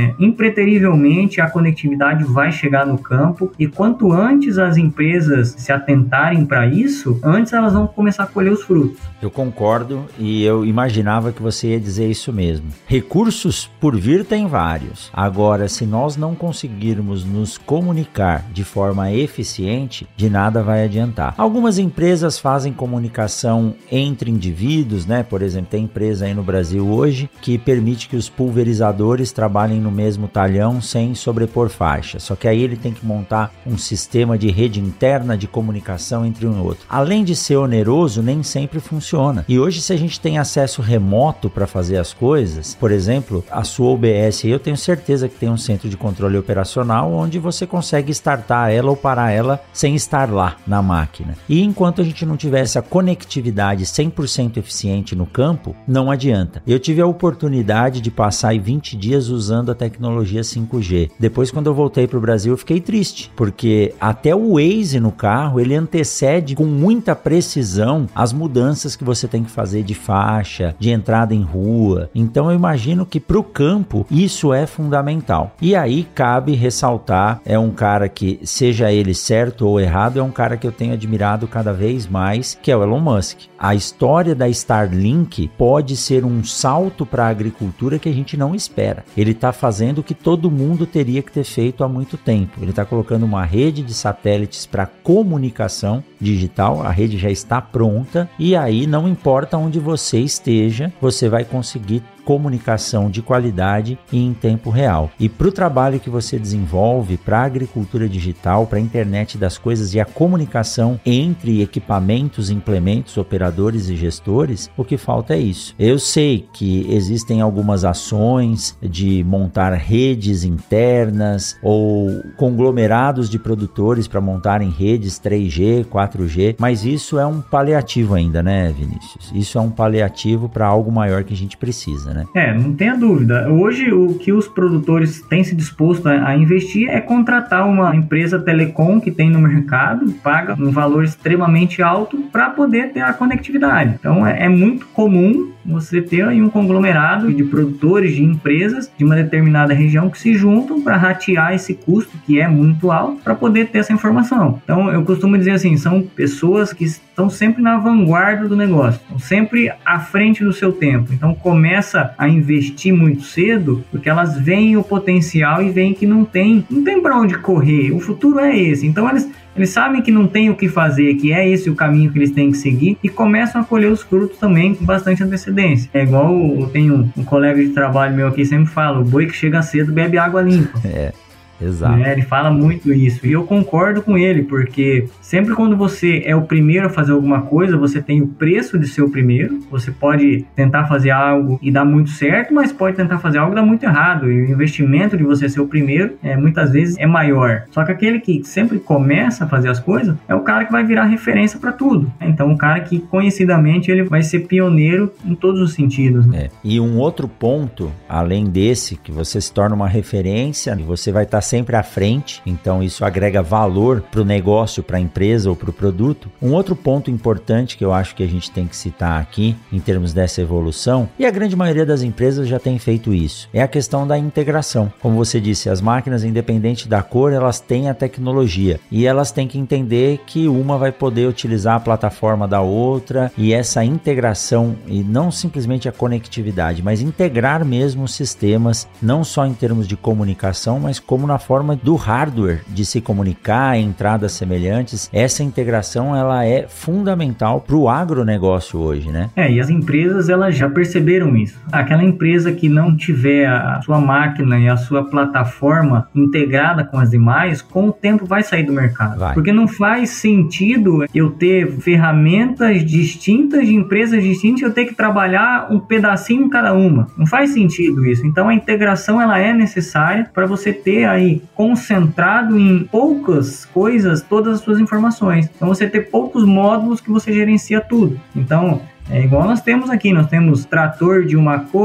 impreterivelmente a conectividade vai chegar no campo, e quanto antes as empresas se atentarem para isso, antes elas vão começar a colher os frutos. Eu concordo, e eu imaginava que você ia dizer isso mesmo. Recursos por vir tem vários. Agora, se nós não conseguirmos nos comunicar de forma eficiente, de nada vai adiantar. Algumas empresas fazem comunicação entre indivíduos, né? Por exemplo, tem empresa aí no Brasil hoje que permite que os pulverizadores trabalhem no mesmo talhão sem sobrepor faixa. Só que aí ele tem que montar um sistema de rede interna de comunicação entre um e outro. Além de ser oneroso, nem sempre funciona. E hoje, se a gente tem acesso remoto para fazer as coisas, por exemplo, a sua OBS, eu tenho certeza que tem um centro de controle operacional onde você consegue startar ela ou parar ela sem estar lá na máquina. E enquanto a gente não tiver essa conectividade 100% eficiente no campo, não adianta. Eu tive a oportunidade de passar 20 dias usando a tecnologia 5G. Depois, quando eu voltei para o Brasil, eu fiquei triste, porque até o Waze no carro, ele antecede com muita precisão as mudanças que você tem que fazer de faixa, de entrada em rua. Então eu imagino que para o campo isso é fundamental. E aí cabe ressaltar, é um cara que, seja ele certo ou errado, é um cara que eu tenho admirado cada vez mais, que é o Elon Musk. A história da Starlink pode ser um salto para a agricultura que a gente não espera. Ele está fazendo o que todo mundo teria que ter feito há muito tempo. Ele está colocando uma rede de satélites para comunicação digital, a rede já está pronta, e aí não importa onde você esteja, você vai conseguir comunicação de qualidade e em tempo real. E para o trabalho que você desenvolve, para a agricultura digital, para a internet das coisas e a comunicação entre equipamentos, implementos, operadores e gestores, o que falta é isso. Eu sei que existem algumas ações de montar redes internas ou conglomerados de produtores para montarem redes 3G, 4G, mas isso é um paliativo ainda, né, Vinícius? Isso é um paliativo para algo maior que a gente precisa, né? Não tenha dúvida. Hoje, o que os produtores têm se disposto a investir é contratar uma empresa telecom que tem no mercado, paga um valor extremamente alto para poder ter a conectividade. Então, é muito comum você ter aí um conglomerado de produtores, de empresas de uma determinada região que se juntam para ratear esse custo, que é muito alto, para poder ter essa informação. Então, eu costumo dizer assim, são pessoas que estão sempre na vanguarda do negócio, estão sempre à frente do seu tempo. Então, começa a investir muito cedo, porque elas veem o potencial e veem que não tem para onde correr. O futuro é esse. Então, eles sabem que não tem o que fazer, que é esse o caminho que eles têm que seguir, e começam a colher os frutos também com bastante antecedência. É igual eu tenho um colega de trabalho meu aqui que sempre fala, o boi que chega cedo bebe água limpa. Exato. Ele fala muito isso, e eu concordo com ele, porque sempre quando você é o primeiro a fazer alguma coisa, você tem o preço de ser o primeiro. Você pode tentar fazer algo e dar muito certo, mas pode tentar fazer algo e dar muito errado, e o investimento de você ser o primeiro muitas vezes é maior. Só que aquele que sempre começa a fazer as coisas é o cara que vai virar referência para tudo. Então o cara que conhecidamente ele vai ser pioneiro em todos os sentidos, né? E um outro ponto, além desse, que você se torna uma referência e você vai estar sempre à frente, então isso agrega valor para o negócio, para a empresa ou para o produto. Um outro ponto importante que eu acho que a gente tem que citar aqui, em termos dessa evolução, e a grande maioria das empresas já tem feito isso, é a questão da integração. Como você disse, as máquinas, independente da cor, elas têm a tecnologia, e elas têm que entender que uma vai poder utilizar a plataforma da outra, e essa integração, e não simplesmente a conectividade, mas integrar mesmo os sistemas, não só em termos de comunicação, mas como na forma do hardware de se comunicar, entradas semelhantes. Essa integração ela é fundamental para o agronegócio hoje, né? E as empresas elas já perceberam isso. Aquela empresa que não tiver a sua máquina e a sua plataforma integrada com as demais, com o tempo vai sair do mercado. Porque não faz sentido eu ter ferramentas distintas de empresas distintas e eu ter que trabalhar um pedacinho em cada uma. Não faz sentido isso. Então a integração ela é necessária para você ter aí concentrado em poucas coisas todas as suas informações. Então você ter poucos módulos que você gerencia tudo. Então é igual nós temos aqui, nós temos trator de uma cor,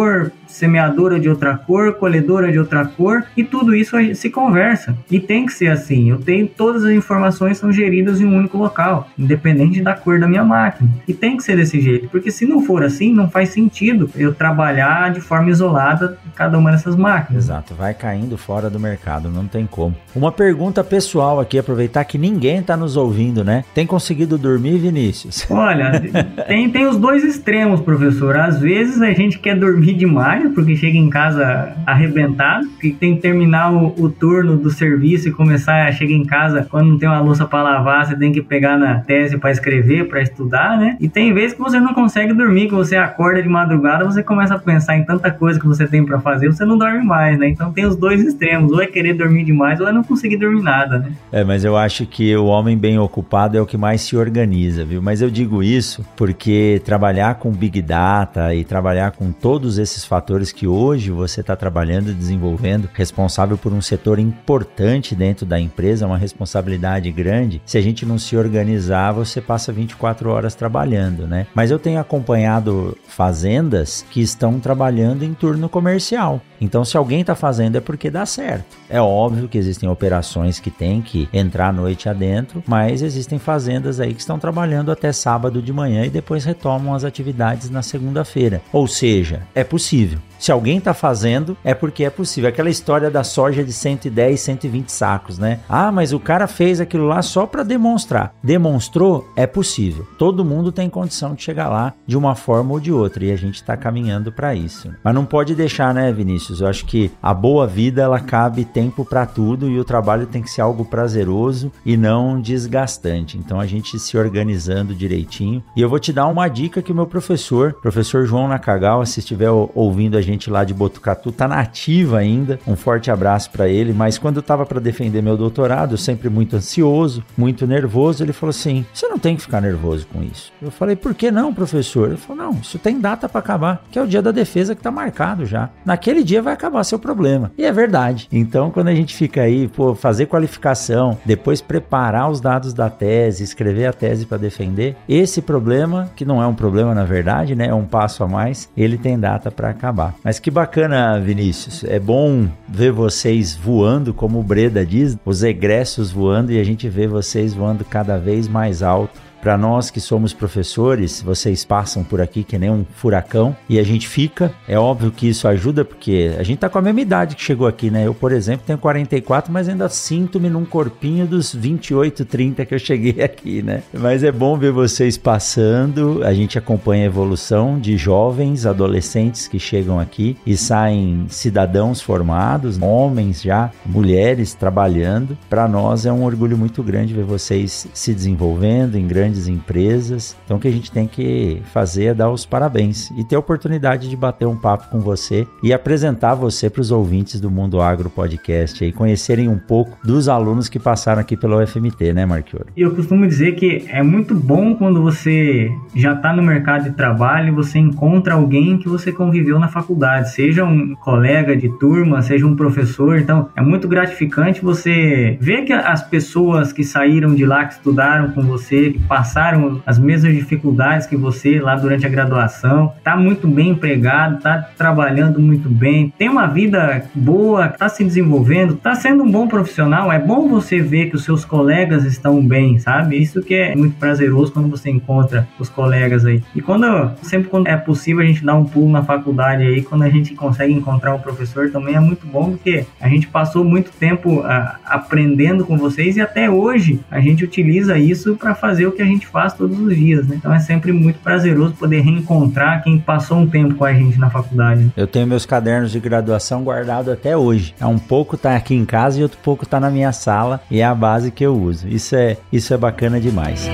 semeadora de outra cor, colhedora de outra cor, e tudo isso se conversa. E tem que ser assim. Todas as informações são geridas em um único local, independente da cor da minha máquina. E tem que ser desse jeito, porque se não for assim, não faz sentido eu trabalhar de forma isolada em cada uma dessas máquinas. Exato, vai caindo fora do mercado, não tem como. Uma pergunta pessoal aqui, aproveitar que ninguém está nos ouvindo, né? Tem conseguido dormir, Vinícius? Olha, tem os dois extremos, professor. Às vezes a gente quer dormir demais, porque chega em casa arrebentado, que tem que terminar o turno do serviço e começar a chegar em casa, quando não tem uma louça para lavar, você tem que pegar na tese para escrever, para estudar, né? E tem vezes que você não consegue dormir, que você acorda de madrugada, você começa a pensar em tanta coisa que você tem para fazer, você não dorme mais, né? Então tem os dois extremos, ou é querer dormir demais, ou é não conseguir dormir nada, né? Mas eu acho que o homem bem ocupado é o que mais se organiza, viu? Mas eu digo isso porque trabalhar com Big Data e trabalhar com todos esses fatores que hoje você está trabalhando e desenvolvendo, responsável por um setor importante dentro da empresa, uma responsabilidade grande. Se a gente não se organizar, você passa 24 horas trabalhando, né? Mas eu tenho acompanhado fazendas que estão trabalhando em turno comercial. Então, se alguém está fazendo é porque dá certo. É óbvio que existem operações que tem que entrar à noite adentro, mas existem fazendas aí que estão trabalhando até sábado de manhã e depois retomam as atividades na segunda-feira. Ou seja, é possível. Se alguém está fazendo, é porque é possível. Aquela história da soja de 110, 120 sacos, né? Ah, mas o cara fez aquilo lá só para demonstrar. Demonstrou, é possível. Todo mundo tem condição de chegar lá de uma forma ou de outra e a gente está caminhando para isso. Mas não pode deixar, né, Vinícius? Eu acho que a boa vida, ela cabe tempo para tudo e o trabalho tem que ser algo prazeroso e não desgastante. Então a gente se organizando direitinho. E eu vou te dar uma dica que o meu professor João Nakagawa, se estiver ouvindo a gente lá de Botucatu, tá na ativa ainda, um forte abraço para ele, mas quando eu tava para defender meu doutorado, sempre muito ansioso, muito nervoso, ele falou assim, você não tem que ficar nervoso com isso. Eu falei, por que não, professor? Ele falou, não, isso tem data para acabar, que é o dia da defesa que tá marcado já. Naquele dia vai acabar seu problema. E é verdade. Então, quando a gente fica aí, fazer qualificação, depois preparar os dados da tese, escrever a tese para defender, esse problema, que não é um problema na verdade, né, é um passo a mais, ele tem data para acabar. Mas que bacana, Vinícius. É bom ver vocês voando, como o Breda diz, os egressos voando, e a gente vê vocês voando cada vez mais alto. Para nós que somos professores, vocês passam por aqui que nem um furacão e a gente fica. É óbvio que isso ajuda porque a gente tá com a mesma idade que chegou aqui, né? Eu, por exemplo, tenho 44, mas ainda sinto-me num corpinho dos 28, 30 que eu cheguei aqui, né? Mas é bom ver vocês passando. A gente acompanha a evolução de jovens, adolescentes que chegam aqui e saem cidadãos formados, homens já, mulheres trabalhando. Para nós é um orgulho muito grande ver vocês se desenvolvendo em grandes empresas. Então o que a gente tem que fazer é dar os parabéns e ter a oportunidade de bater um papo com você e apresentar você para os ouvintes do Mundo Agro Podcast e conhecerem um pouco dos alunos que passaram aqui pela UFMT, né, Marchiori? Eu costumo dizer que é muito bom quando você já está no mercado de trabalho e você encontra alguém que você conviveu na faculdade, seja um colega de turma, seja um professor. Então é muito gratificante você ver que as pessoas que saíram de lá, que estudaram com você, que passaram as mesmas dificuldades que você lá durante a graduação, tá muito bem empregado, tá trabalhando muito bem, tem uma vida boa, tá se desenvolvendo, tá sendo um bom profissional. É bom você ver que os seus colegas estão bem, sabe? Isso que é muito prazeroso quando você encontra os colegas aí. E sempre quando é possível a gente dá um pulo na faculdade aí, quando a gente consegue encontrar um professor também é muito bom, porque a gente passou muito tempo aprendendo com vocês e até hoje a gente utiliza isso para fazer o que a gente faz todos os dias, né? Então é sempre muito prazeroso poder reencontrar quem passou um tempo com a gente na faculdade, né? Eu tenho meus cadernos de graduação guardados até hoje. Um pouco tá aqui em casa e outro pouco tá na minha sala e é a base que eu uso. Isso é bacana demais.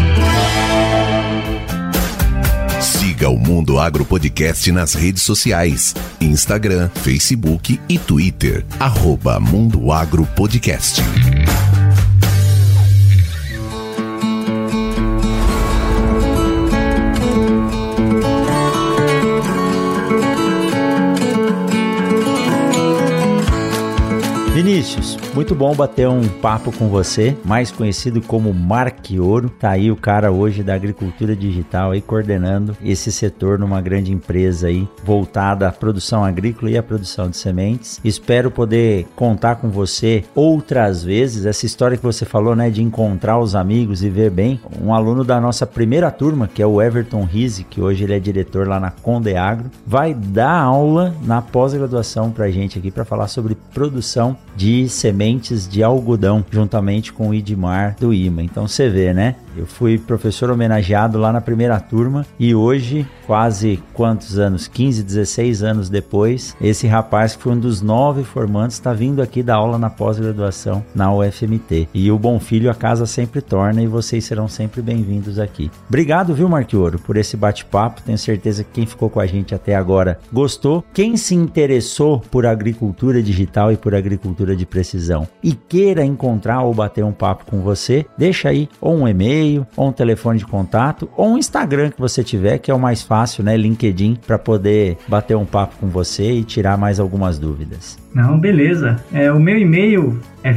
Siga o Mundo Agro Podcast nas redes sociais, Instagram, Facebook e Twitter, @Mundo Agro Podcast. Vinícius, Muito bom bater um papo com você, mais conhecido como Marchioro. Tá aí o cara hoje da agricultura digital aí coordenando esse setor numa grande empresa aí voltada à produção agrícola e à produção de sementes. Espero poder contar com você outras vezes. Essa história que você falou, né, de encontrar os amigos e ver bem. Um aluno da nossa primeira turma, que é o Everton Rizzi, que hoje ele é diretor lá na Condeagro, vai dar aula na pós-graduação pra gente aqui para falar sobre produção de sementes de algodão, juntamente com o Idmar do IMA. Então você vê, né? Eu fui professor homenageado lá na primeira turma e hoje, quase quantos anos? 15, 16 anos depois, esse rapaz que foi um dos 9 formandos está vindo aqui dar aula na pós-graduação na UFMT. E o bom filho a casa sempre torna e vocês serão sempre bem-vindos aqui. Obrigado, viu, Marchioro, por esse bate-papo. Tenho certeza que quem ficou com a gente até agora gostou. Quem se interessou por agricultura digital e por agricultura de precisão e queira encontrar ou bater um papo com você, deixa aí ou um e-mail, ou um telefone de contato, ou um Instagram que você tiver, que é o mais fácil, né? LinkedIn, para poder bater um papo com você e tirar mais algumas dúvidas. Não, beleza. O meu e-mail é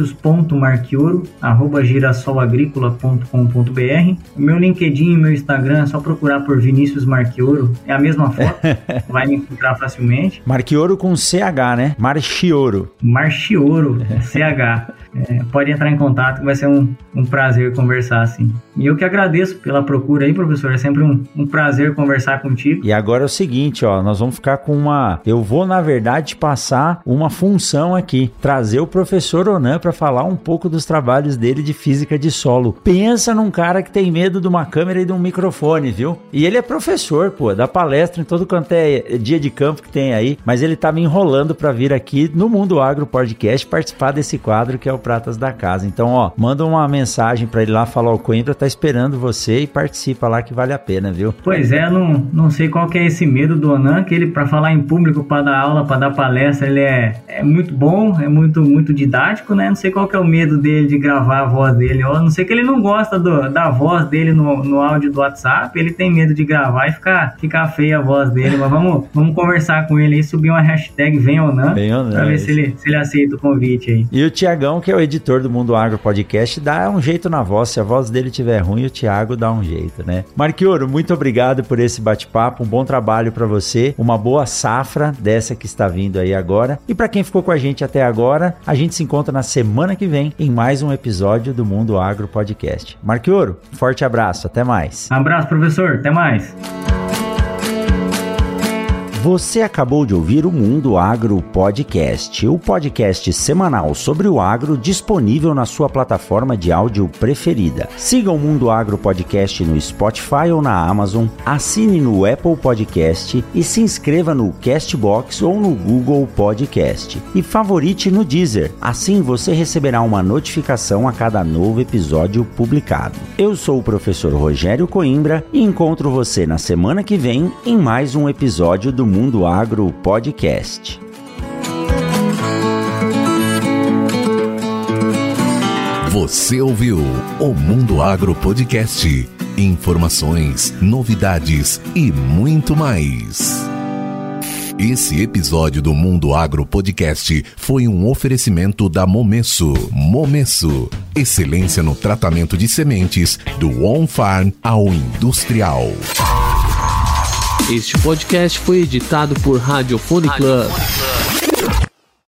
vinicius.marchioro@girasolagricola.com.br. O meu LinkedIn e meu Instagram é só procurar por Vinícius Marchioro. É a mesma foto, vai me encontrar facilmente. Marchioro com CH, né? Marchioro. Marchioro, CH. Pode entrar em contato, que vai ser um prazer conversar assim. E eu que agradeço pela procura aí, professor. É sempre um prazer conversar contigo. E agora é o seguinte, ó, nós vamos ficar com eu vou, na verdade, passar uma função aqui, trazer o professor Onan para falar um pouco dos trabalhos dele de física de solo. Pensa num cara que tem medo de uma câmera e de um microfone, viu? E ele é professor, pô, dá palestra em todo quanto é dia de campo que tem aí, mas ele tá me enrolando para vir aqui no Mundo Agro Podcast participar desse quadro que é o Pratas da Casa. Então, ó, manda uma mensagem para ele lá, falar o Coimbra tá esperando você e participa lá que vale a pena, viu? Pois é, não sei qual que é esse medo do Onan, que ele, para falar em público, para dar aula, para dar palestra, ele é muito bom, é muito didático, né? Não sei qual que é o medo dele de gravar a voz dele. Eu não sei que ele não gosta da voz dele no áudio do WhatsApp, ele tem medo de gravar e ficar feia a voz dele, mas vamos conversar com ele aí, subir uma hashtag VemOnan, para ver se ele aceita o convite aí. E o Tiagão, que é o editor do Mundo Agro Podcast, dá um jeito na voz, se a voz dele estiver ruim, o Thiago dá um jeito, né? Marchioro, muito obrigado por esse bate-papo, um bom trabalho para você, uma boa safra dessa que está vindo aí agora. E para quem ficou com a gente até agora, a gente se encontra na semana que vem em mais um episódio do Mundo Agro Podcast. Marchioro, forte abraço, até mais. Abraço, professor, até mais. Você acabou de ouvir o Mundo Agro Podcast, o podcast semanal sobre o agro disponível na sua plataforma de áudio preferida. Siga o Mundo Agro Podcast no Spotify ou na Amazon, assine no Apple Podcast e se inscreva no Castbox ou no Google Podcast. E favorite no Deezer, assim você receberá uma notificação a cada novo episódio publicado. Eu sou o professor Rogério Coimbra e encontro você na semana que vem em mais um episódio do Mundo Agro Podcast. Você ouviu o Mundo Agro Podcast. Informações, novidades e muito mais. Esse episódio do Mundo Agro Podcast foi um oferecimento da Momesso. Momesso, excelência no tratamento de sementes do on-farm ao industrial. Este podcast foi editado por Radiofone Club.